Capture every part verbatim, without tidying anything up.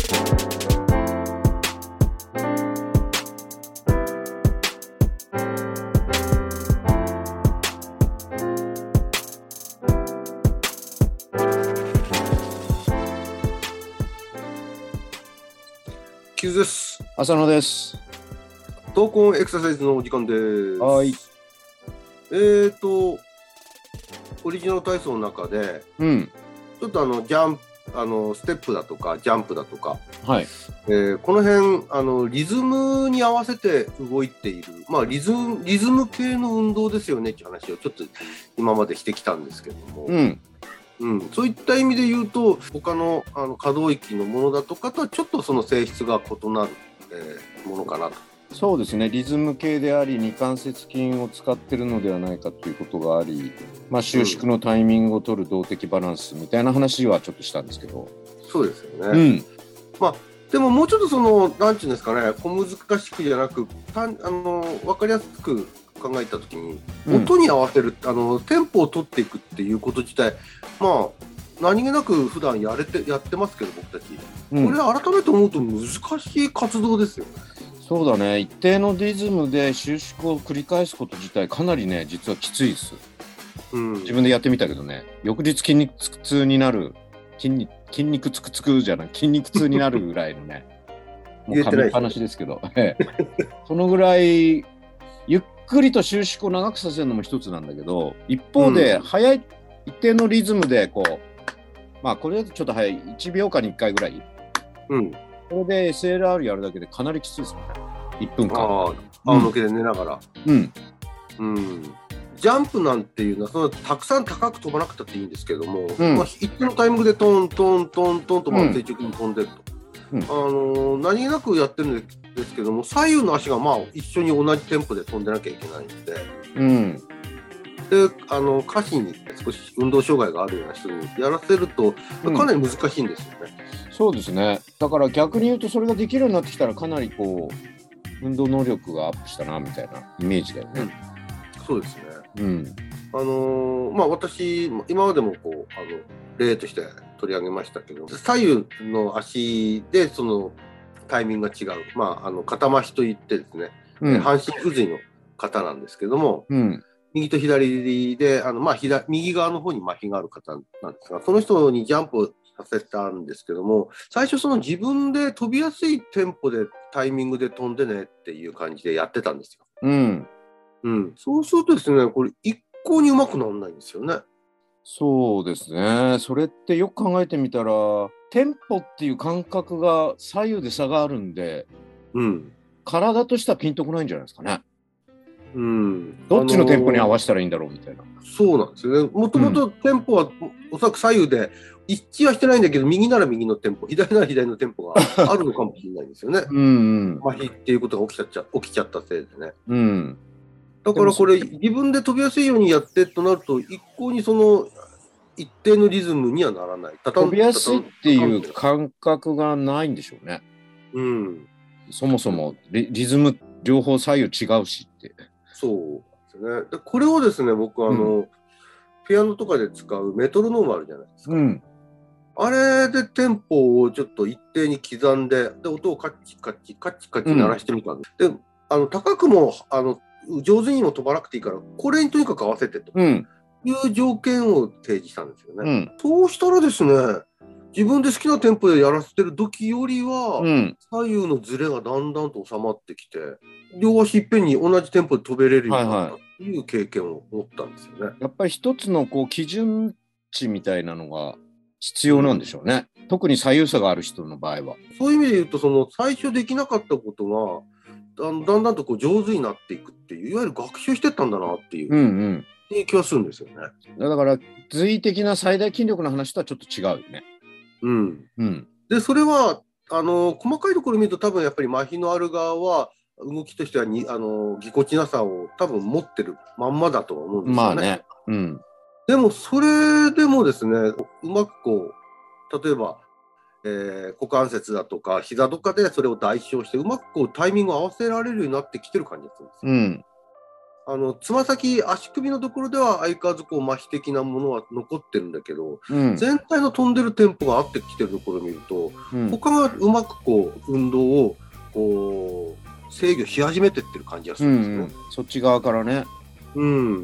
キューズです。 浅野です。 闘魂エクササイズのお時間です。 はい。 えーとオリジナル体操の中で、 うん、 ちょっとあのジャンプあのステップだとかジャンプだとか、 はい、 えー、この辺あのリズムに合わせて動いている、まあリズムリズム系の運動ですよねっていう話をちょっと今までしてきたんですけども。 うんうん、そういった意味で言うと他の、あの可動域のものだとかとはちょっとその性質が異なる、えー、ものかなと。 そうですね。リズム系であり二関節筋を使ってるのではないかということがあり、まあ、収縮のタイミングを取る動的バランスみたいな話はちょっとしたんですけど、 そうですよね、 うん、 まあでももうちょっとそのなんていうんですかね、小難しくじゃなくたあの分かりやすく考えたときに、うん、音に合わせるあのテンポを取っていくっていうこと自体、まあ何気なく普段やれてやってますけど僕たち、うん、これ改めて思うと難しい活動ですよね。 そうだね。一定のリズムで収縮を繰り返すこと自体かなりね実はきついです、うん、自分でやってみたけどね、翌日筋肉痛になる筋肉筋肉つくつくじゃない筋肉痛になるぐらいのねもう噛みっぱなしですけどそのぐらいゆっくりと収縮を長くさせるのも一つなんだけど、一方で速い一定のリズムでこう、まあこれだとちょっと早いいちびょうかんにいっかいぐらい、うん、これで エスエルアール やるだけでかなりきついですよね。いっぷんかんああ仰向けで寝ながら、 うん、 うん、ジャンプなんていうのはそのたくさん高く飛ばなくたっていいんですけども、うん、まあ、一定のタイミングでトントントントンとまあ垂直に飛んでると、うん、あのー、何気なくやってるんですけども、左右の足がまあ一緒に同じテンポで飛んでなきゃいけないので、うん、であの下肢に少し運動障害があるような人にやらせるとかなり難しいんですよね、 うん、そうですね。だから逆に言うとそれができるようになってきたらかなりこう運動能力がアップしたなみたいなイメージだよね、 うん、そうですね、うん、あのー、まあ私今までもこうあの例として取り上げましたけど、左右の足でそのタイミングが違う、まあ、あの片麻痺といってですね、うん、半身不随の方なんですけども、うん、右と左であの、まあ、左右側の方に麻痺がある方なんですが、その人にジャンプをさせたんですけども、最初その自分で飛びやすいテンポでタイミングで飛んでねっていう感じでやってたんですよ、うんうん、そうするとですね、これ一向にうまくならないんですよね。 そうですね。それってよく考えてみたらテンポっていう感覚が左右で差があるんで、うん、体としてはピンとこないんじゃないですかね。うん、どっちのテンポに合わせたらいいんだろうみたいな、 あのー、そうなんですよね。もともとテンポはおそらく左右で一致はしてないんだけど、右なら右のテンポ、左なら左のテンポがあるのかもしれないんですよね。うん、うん、麻痺っていうことが起きちゃ起きちゃったせいでね。うん、だからこれ自分で飛びやすいようにやってとなると一向にその一定のリズムにはならない。 飛びやすいっていう感覚がないんでしょうね。うん、そもそも リ, リズム両方左右違うしって。 そうですね。でこれをですね、僕あの、うん、ピアノとかで使うメトロノームあるじゃないですか。うん、あれでテンポをちょっと一定に刻んで、で音をカッチカッチカッチカッチ鳴らしてみたんです。うん、であの高くもあの上手にも飛ばなくていいから、これにとにかく合わせてと。うんいう条件を提示したんですよね、うん、そうしたらですね、自分で好きなテンポでやらせてる時よりは、うん、左右のズレがだんだんと収まってきて、両足いっぺんに同じテンポで飛べれるようになったという経験を持ったんですよね、はいはい、 やっぱり一つのこう基準値みたいなのが必要なんでしょうね、うん、特に左右差がある人の場合は。 そういう意味で言うと、その最初できなかったことがだんだんとこう上手になっていくっていう、いわゆる学習してったんだなっていう、うんうんいい気がするんですよね。 だから随的な最大筋力の話とはちょっと違うよね。 うんうん、でそれはあの細かいところを見ると多分やっぱり麻痺のある側は動きとしてはにあのぎこちなさを多分持ってるまんまだとは思うんですよね。まあね、うん、でもそれでもですね、うまくこう例えば、えー、股関節だとか膝とかでそれを代償してうまくこうタイミングを合わせられるようになってきてる感じがするんですよ。うんあのつま先足首のところでは相変わらずこう麻痺的なものは残ってるんだけど、うん、全体の飛んでるテンポが合ってきてるところを見ると、うん、他がうまくこう運動をこう制御し始めてってる感じがするんですね、うんうん、 そっち側からね。 うん、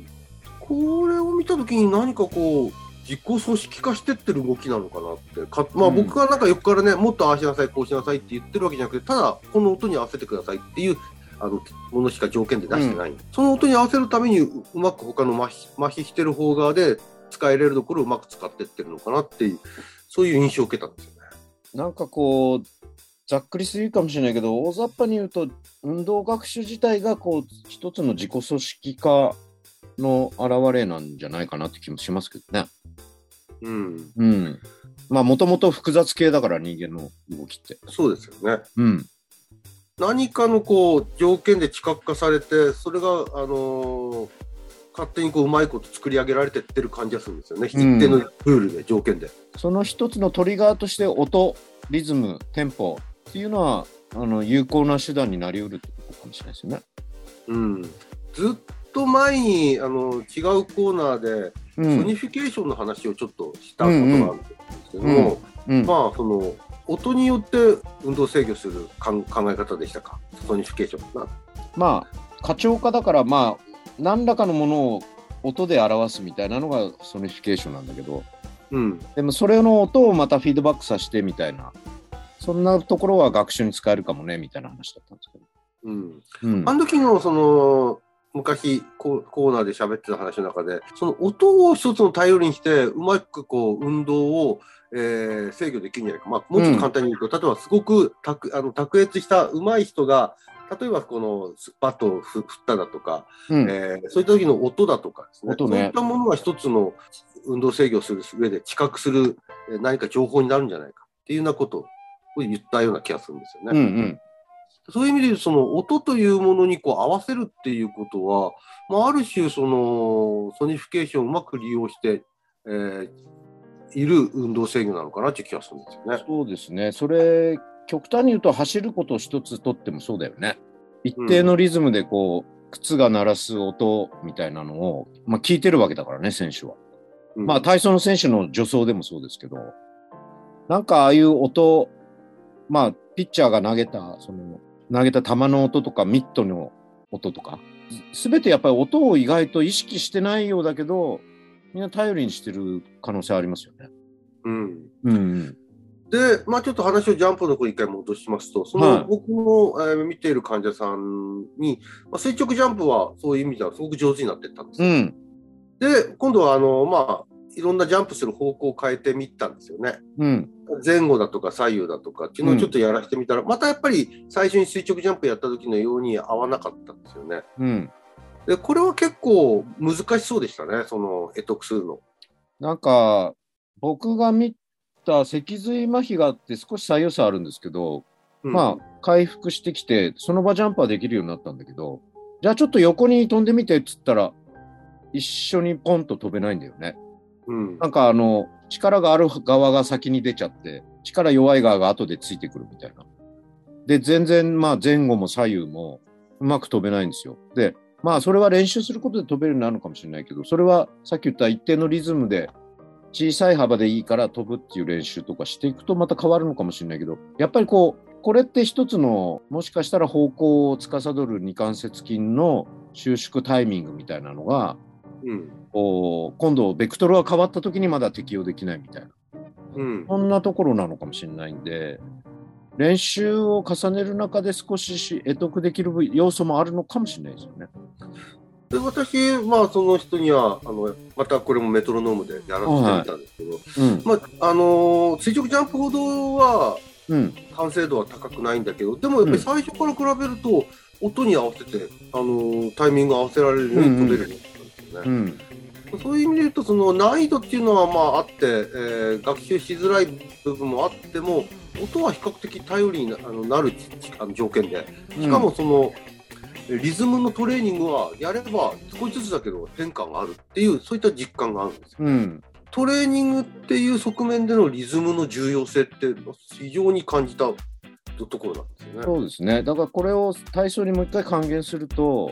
これを見た時に何かこう自己組織化してってる動きなのかなってか、まあ、僕はなんか横からね、もっとああしなさいこうしなさいって言ってるわけじゃなくて、ただこの音に合わせてくださいっていうあのものしか条件で出してない、うん、その音に合わせるためにうまく他の麻痺、麻痺してる方側で使えれるところをうまく使ってってるのかなっていう、そういう印象を受けたんですよね。 なんかこうざっくりすぎるかもしれないけど、大雑把に言うと運動学習自体がこう一つの自己組織化の表れなんじゃないかなって気もしますけどね。 うんうん、まあもともと複雑系だから人間の動きって。 そうですよね。 うん、 何かのこう条件で知覚化されて、それが、あのー、勝手にこううまいこと作り上げられてってる感じがするんですよね、うん、一定のルールで条件で。 その一つのトリガーとして音、リズム、テンポっていうのはあの有効な手段になりうるってことかもしれないですよね。 うん、ずっと前にあの違うコーナーで、うん、ソニフィケーションの話をちょっとしたことがあるんですけども、うんうん、まあその音によって運動制御する考え方でしたか、ソニフィケーションかな。 まあ過聴化だから、まあ何らかのものを音で表すみたいなのがソニフィケーションなんだけど、 うん、 でもそれの音をまたフィードバックさせてみたいな、そんなところは学習に使えるかもねみたいな話だったんですけど、 うんうん、あの時のその昔コーナーで喋ってた話の中で、その音を一つの頼りにしてうまくこう運動を、えー、制御できるんじゃないか、まあ、もうちょっと簡単に言うと、うん、例えばすごく卓あの卓越した上手い人が例えばこのバットを振っただとか、うん、えー、そういった時の音だとかですね、そういったものが一つの運動制御する上で知覚する何か情報になるんじゃないかっていうようなことを言ったような気がするんですよね。 うんうん、 そういう意味で言うと、その音というものにこう合わせるっていうことは、まあ、ある種そのソニフィケーションをうまく利用して、えー、いる運動制御なのかなっていう気がするんですよね。 そうですね。それ極端に言うと走ることを一つとってもそうだよね。一定のリズムでこう、うん、靴が鳴らす音みたいなのを、まあ、聞いてるわけだからね、選手は。うん、まあ体操の選手の助走でもそうですけど、なんかああいう音、まあピッチャーが投げたその投げた球の音とかミットの音とか、すべてやっぱり音を意外と意識してないようだけど、みんな頼りにしてる可能性ありますよね。 うんうん、 で、まあ、ちょっと話をジャンプの方に一回戻しますと、その僕の、はい、えー、見ている患者さんに、まあ、垂直ジャンプはそういう意味ではすごく上手になっていったんですよ。うん、で、今度はあの、まあ、いろんなジャンプする方向を変えてみたんですよね。 うん、 前後だとか左右だとかっていうのをちょっとやらせてみたら、うん、またやっぱり最初に垂直ジャンプやった時のように合わなかったんですよね。 うん、 でこれは結構難しそうでしたね、その会得するの。 なんか僕が見た脊髄麻痺があって少し左右差あるんですけど、うん、まあ回復してきてその場ジャンプはできるようになったんだけど、じゃあちょっと横に飛んでみてっつったら一緒にポンと飛べないんだよね。 うん、 なんかあの力がある側が先に出ちゃって力弱い側が後でついてくるみたいな。で全然まあ前後も左右もうまく飛べないんですよ。でまあそれは練習することで飛べるようになるのかもしれないけど、それはさっき言った一定のリズムで小さい幅でいいから飛ぶっていう練習とかしていくとまた変わるのかもしれないけど、やっぱりこうこれって一つのもしかしたら方向を司る二関節筋の収縮タイミングみたいなのが、 うん、 こう今度ベクトルが変わった時にまだ適用できないみたいな、 うん、 そんなところなのかもしれないんで、練習を重ねる中で少し得得できる要素もあるのかもしれないですよね。 で私、まあ、その人にはあのまたこれもメトロノームでやらせてみたんですけど、はい、うん、まああのー、垂直ジャンプほどは完成度は高くないんだけど、でもやっぱり最初から比べると音に合わせて、あのー、タイミング合わせられるように飛べるようになったんですよね。うんうん、そういう意味で言うとその難易度っていうのはまああって、えー、学習しづらい部分もあっても音は比較的頼りに な, あのなるあの条件で、しかもその、うん、リズムのトレーニングはやれば少しずつだけど変化があるっていうそういった実感があるんですよ。うん、トレーニングっていう側面でのリズムの重要性って非常に感じたところなんですよね。 そうですね。だからこれを体操にもう一回還元すると、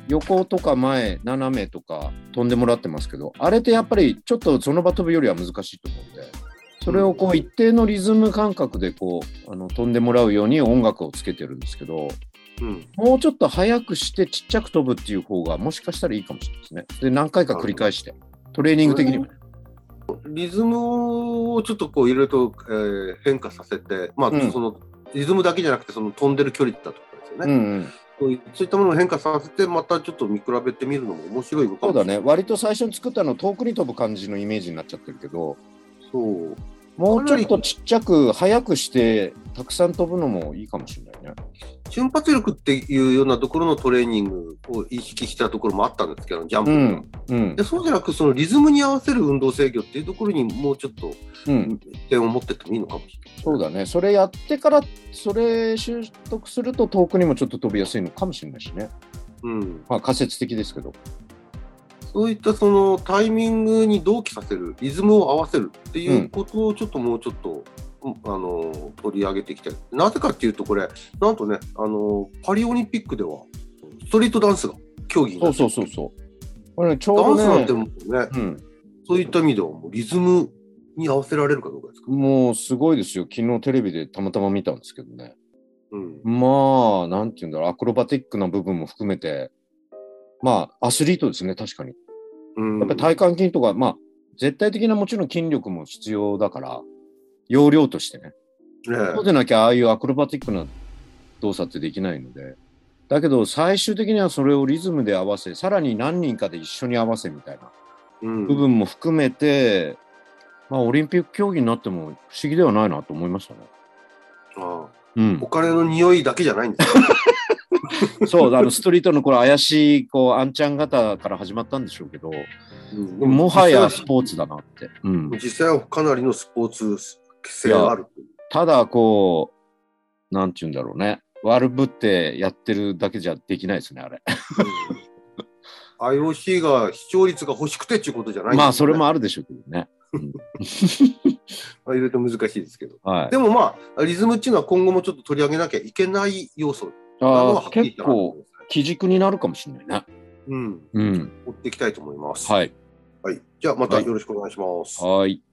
横とか前、斜めとか飛んでもらってますけど、あれってやっぱりちょっとその場飛ぶよりは難しいと思うんで、それをこう一定のリズム感覚でこうあの飛んでもらうように音楽をつけてるんですけど、うん、もうちょっと速くしてちっちゃく飛ぶっていう方がもしかしたらいいかもしれないですね。で、何回か繰り返して、トレーニング的にも。 リズムをちょっとこういろいろと、えー、変化させて、まあ、うん、そのリズムだけじゃなくてその飛んでる距離だとかですよね。うんうん、そういったものを変化させてまたちょっと見比べてみるのも面白いのかもしれない。 そうだね。割と最初に作ったの遠くに飛ぶ感じのイメージになっちゃってるけど、 そうもうちょっとちっちゃく速くしてたくさん飛ぶのもいいかもしれないね。 瞬発力っていうようなところのトレーニングを意識したところもあったんですけど、ジャンプで、うんうん、でそうじゃなくそのリズムに合わせる運動制御っていうところにもうちょっと点を持ってってもいいのかもしれない、 そうだね。それやってからそれ習得すると遠くにもちょっと飛びやすいのかもしれないしね、うん、まあ仮説的ですけど、 そういったそのタイミングに同期させる、リズムを合わせるっていうことをちょっともうちょっと、うん、あの取り上げていきたい。なぜかっていうとこれなんとね、あのパリオリンピックではストリートダンスが競技になって、 そうそうそうそう。これ、ね、ちょうどね、 ダンスなんてもうね、うん、そういった意味ではもうリズムに合わせられるかどうかですか。 もうすごいですよ。昨日テレビでたまたま見たんですけどね。うん、まあなんていうんだろう、アクロバティックな部分も含めて、まあアスリートですね、確かに。うん、やっぱり体幹筋とか、まあ絶対的なもちろん筋力も必要だから、要領としてね。ね、そうでなきゃああいうアクロバティックな動作ってできないので。だけど最終的にはそれをリズムで合わせ、さらに何人かで一緒に合わせみたいな部分も含めて、うん、まあオリンピック競技になっても不思議ではないなと思いましたね。 ああ、うん、お金の匂いだけじゃないんですよ。そう、あのストリートのこれ怪しいこうアンチャン型から始まったんでしょうけど、うん、もはやスポーツだなって。 うん、実際はかなりのスポーツ性がある。 ただこうなんていうんだろうね。悪ぶってやってるだけじゃできないですね、あれ。 うん、アイオーシー が視聴率が欲しくてっていうことじゃないんですね。まあ、それもあるでしょうけどね。 まあ、いろいろと難しいですけど。はい、でもまあ、リズムっていうのは今後もちょっと取り上げなきゃいけない要素なのははっきり結構、基軸になるかもしれないね。 うん。うん。追っていきたいと思います。 はい。 はい。じゃあ、またよろしくお願いします。 はい。はい。